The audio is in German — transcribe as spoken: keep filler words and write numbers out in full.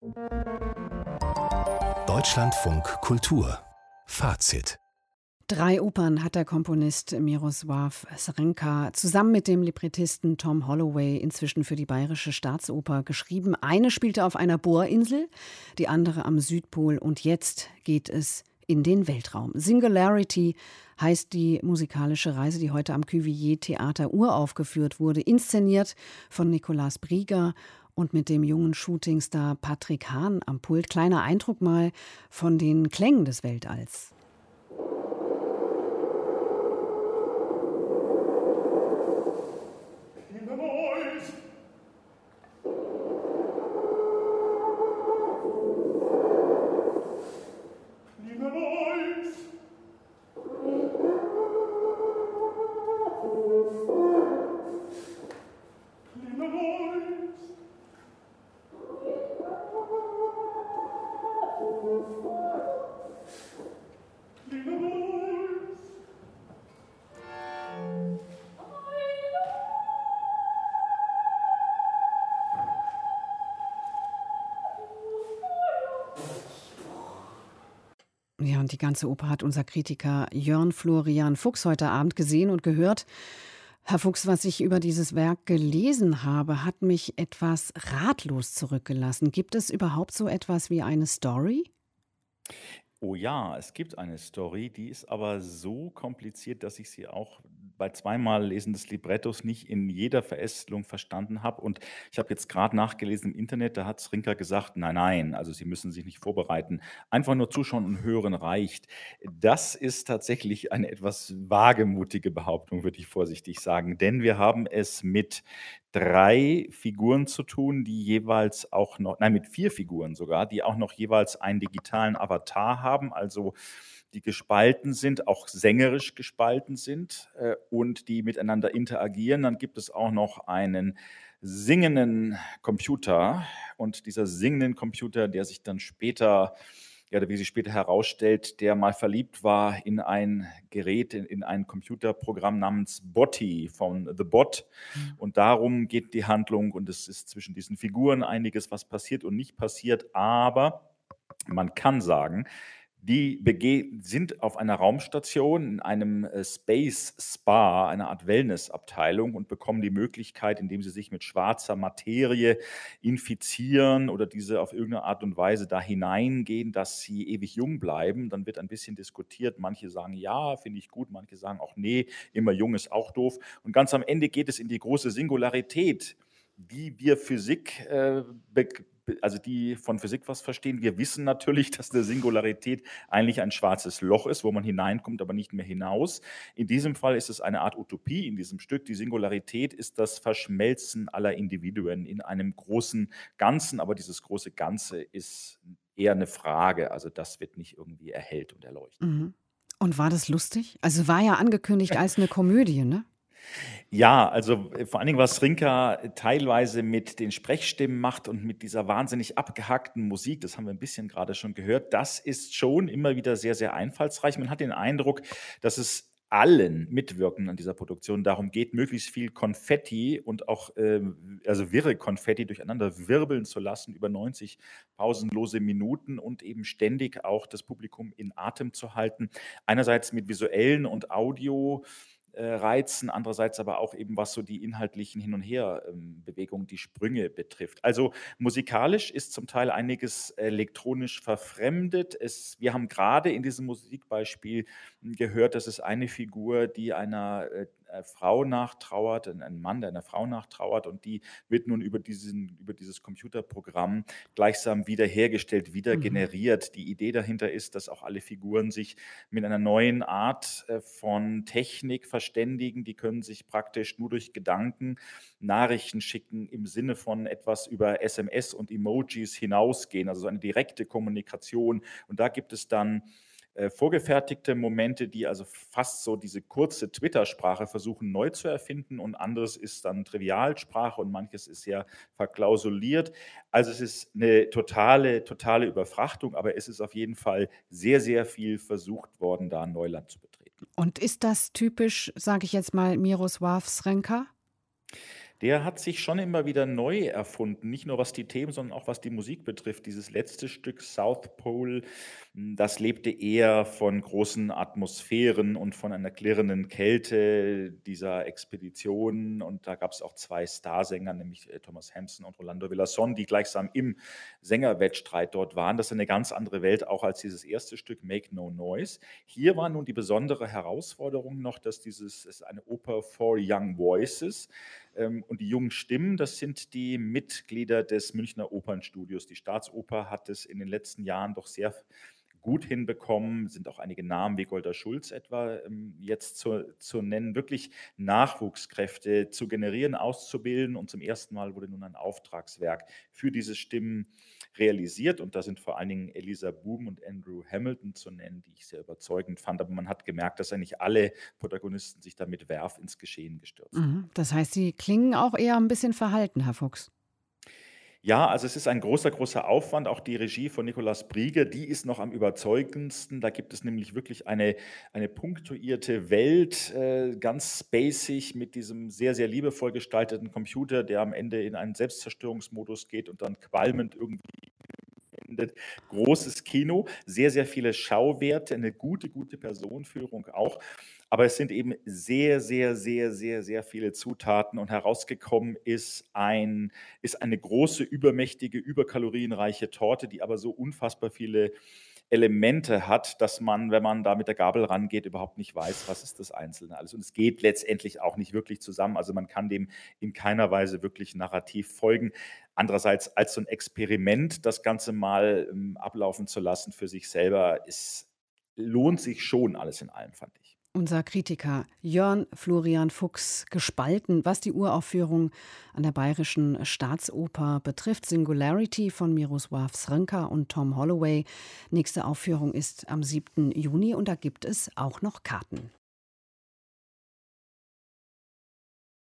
Deutschlandfunk Kultur Fazit. Drei Opern hat der Komponist Miroslav Srenka zusammen mit dem Librettisten Tom Holloway inzwischen für die Bayerische Staatsoper geschrieben. Eine spielte auf einer Bohrinsel, die andere am Südpol und jetzt geht es in den Weltraum. Singularity heißt die musikalische Reise, die heute am Cuvier Theater uraufgeführt wurde, inszeniert von Nicolas Brieger und mit dem jungen Shootingstar Patrick Hahn am Pult. Kleiner Eindruck mal von den Klängen des Weltalls. Ja, und die ganze Oper hat unser Kritiker Jörn Florian Fuchs heute Abend gesehen und gehört. Herr Fuchs, was ich über dieses Werk gelesen habe, hat mich etwas ratlos zurückgelassen. Gibt es überhaupt so etwas wie eine Story? Oh ja, es gibt eine Story, die ist aber so kompliziert, dass ich sie auch bei zweimal Lesen des Librettos nicht in jeder Verästelung verstanden habe. Und ich habe jetzt gerade nachgelesen im Internet, da hat Srinka gesagt, nein, nein, also Sie müssen sich nicht vorbereiten. Einfach nur zuschauen und hören reicht. Das ist tatsächlich eine etwas wagemutige Behauptung, würde ich vorsichtig sagen. Denn wir haben es mit drei Figuren zu tun, die jeweils auch noch, nein, mit vier Figuren sogar, die auch noch jeweils einen digitalen Avatar haben, also die gespalten sind, auch sängerisch gespalten sind äh, und die miteinander interagieren. Dann gibt es auch noch einen singenden Computer und dieser singenden Computer, der sich dann später, ja, wie sich später herausstellt, der mal verliebt war in ein Gerät, in, in ein Computerprogramm namens Botti von The Bot. Und darum geht die Handlung und es ist zwischen diesen Figuren einiges, was passiert und nicht passiert. Aber man kann sagen, die bege- sind auf einer Raumstation in einem äh, Space Spa, einer Art Wellnessabteilung und bekommen die Möglichkeit, indem sie sich mit schwarzer Materie infizieren oder diese auf irgendeine Art und Weise da hineingehen, dass sie ewig jung bleiben. Dann wird ein bisschen diskutiert. Manche sagen, ja, finde ich gut. Manche sagen auch, nee, immer jung ist auch doof. Und ganz am Ende geht es in die große Singularität, die wir Physik, äh, be- also die von Physik was verstehen. Wir wissen natürlich, dass eine Singularität eigentlich ein schwarzes Loch ist, wo man hineinkommt, aber nicht mehr hinaus. In diesem Fall ist es eine Art Utopie in diesem Stück. Die Singularität ist das Verschmelzen aller Individuen in einem großen Ganzen, aber dieses große Ganze ist eher eine Frage. Also das wird nicht irgendwie erhellt und erleuchtet. Mhm. Und war das lustig? Also war ja angekündigt als eine Komödie, ne? Ja, also äh, vor allen Dingen, was Srinka teilweise mit den Sprechstimmen macht und mit dieser wahnsinnig abgehackten Musik, das haben wir ein bisschen gerade schon gehört, das ist schon immer wieder sehr, sehr einfallsreich. Man hat den Eindruck, dass es allen Mitwirkenden an dieser Produktion darum geht, möglichst viel Konfetti und auch ähm, also wirre Konfetti durcheinander wirbeln zu lassen über neunzig pausenlose Minuten und eben ständig auch das Publikum in Atem zu halten. Einerseits mit visuellen und Audio äh, Reizen, andererseits aber auch eben, was so die inhaltlichen Hin- und Her-Bewegungen, die Sprünge betrifft. Also musikalisch ist zum Teil einiges elektronisch verfremdet. Es, wir haben gerade in diesem Musikbeispiel gehört, dass es eine Figur, die einer äh, äh, Frau nachtrauert, ein, ein Mann, der einer Frau nachtrauert und die wird nun über, diesen, über dieses Computerprogramm gleichsam wiederhergestellt, wieder Mhm. generiert. Die Idee dahinter ist, dass auch alle Figuren sich mit einer neuen Art äh, von Technik verständigen. Die können sich praktisch nur durch Gedanken Nachrichten schicken im Sinne von etwas über S M S und Emojis hinausgehen, also so eine direkte Kommunikation. Und da gibt es dann äh, vorgefertigte Momente, die also fast so diese kurze Twitter-Sprache versuchen neu zu erfinden und anderes ist dann Trivialsprache und manches ist ja verklausuliert. Also es ist eine totale, totale Überfrachtung, aber es ist auf jeden Fall sehr, sehr viel versucht worden, da Neuland zu betreten. Und ist das typisch, sage ich jetzt mal, Miroslav Srenka? Der hat sich schon immer wieder neu erfunden, nicht nur was die Themen, sondern auch was die Musik betrifft. Dieses letzte Stück South Pole, hm, das lebte eher von großen Atmosphären und von einer klirrenden Kälte dieser Expedition. Und da gab es auch zwei Starsänger, nämlich äh, Thomas Hampson und Rolando Villazón, die gleichsam im Sängerwettstreit dort waren. Das ist eine ganz andere Welt, auch als dieses erste Stück Make No Noise. Hier war nun die besondere Herausforderung noch, dass dieses, es ist eine Oper for Young Voices, ähm, und die jungen Stimmen, das sind die Mitglieder des Münchner Opernstudios. Die Staatsoper hat es in den letzten Jahren doch sehr gut hinbekommen, sind auch einige Namen wie Golda Schulz etwa ähm, jetzt zu, zu nennen, wirklich Nachwuchskräfte zu generieren, auszubilden. Und zum ersten Mal wurde nun ein Auftragswerk für diese Stimmen realisiert. Und da sind vor allen Dingen Elisa Boom und Andrew Hamilton zu nennen, die ich sehr überzeugend fand. Aber man hat gemerkt, dass eigentlich alle Protagonisten sich da mit Werf ins Geschehen gestürzt haben. Mhm. Das heißt, Sie klingen auch eher ein bisschen verhalten, Herr Fuchs. Ja, also es ist ein großer, großer Aufwand. Auch die Regie von Nikolaus Brieger, die ist noch am überzeugendsten. Da gibt es nämlich wirklich eine, eine punktuierte Welt, äh, ganz spacig mit diesem sehr, sehr liebevoll gestalteten Computer, der am Ende in einen Selbstzerstörungsmodus geht und dann qualmend irgendwie endet. Großes Kino, sehr, sehr viele Schauwerte, eine gute, gute Personenführung auch. Aber es sind eben sehr, sehr, sehr, sehr, sehr viele Zutaten und herausgekommen ist ein, ist eine große, übermächtige, überkalorienreiche Torte, die aber so unfassbar viele Elemente hat, dass man, wenn man da mit der Gabel rangeht, überhaupt nicht weiß, was ist das Einzelne alles. Und es geht letztendlich auch nicht wirklich zusammen. Also man kann dem in keiner Weise wirklich narrativ folgen. Andererseits als so ein Experiment, das Ganze mal ähm, ablaufen zu lassen für sich selber, ist, lohnt sich schon alles in allem, fand ich. Unser Kritiker Jörn Florian Fuchs, gespalten, was die Uraufführung an der Bayerischen Staatsoper betrifft. Singularity von Miroslav Srnka und Tom Holloway. Nächste Aufführung ist am siebten Juni und da gibt es auch noch Karten.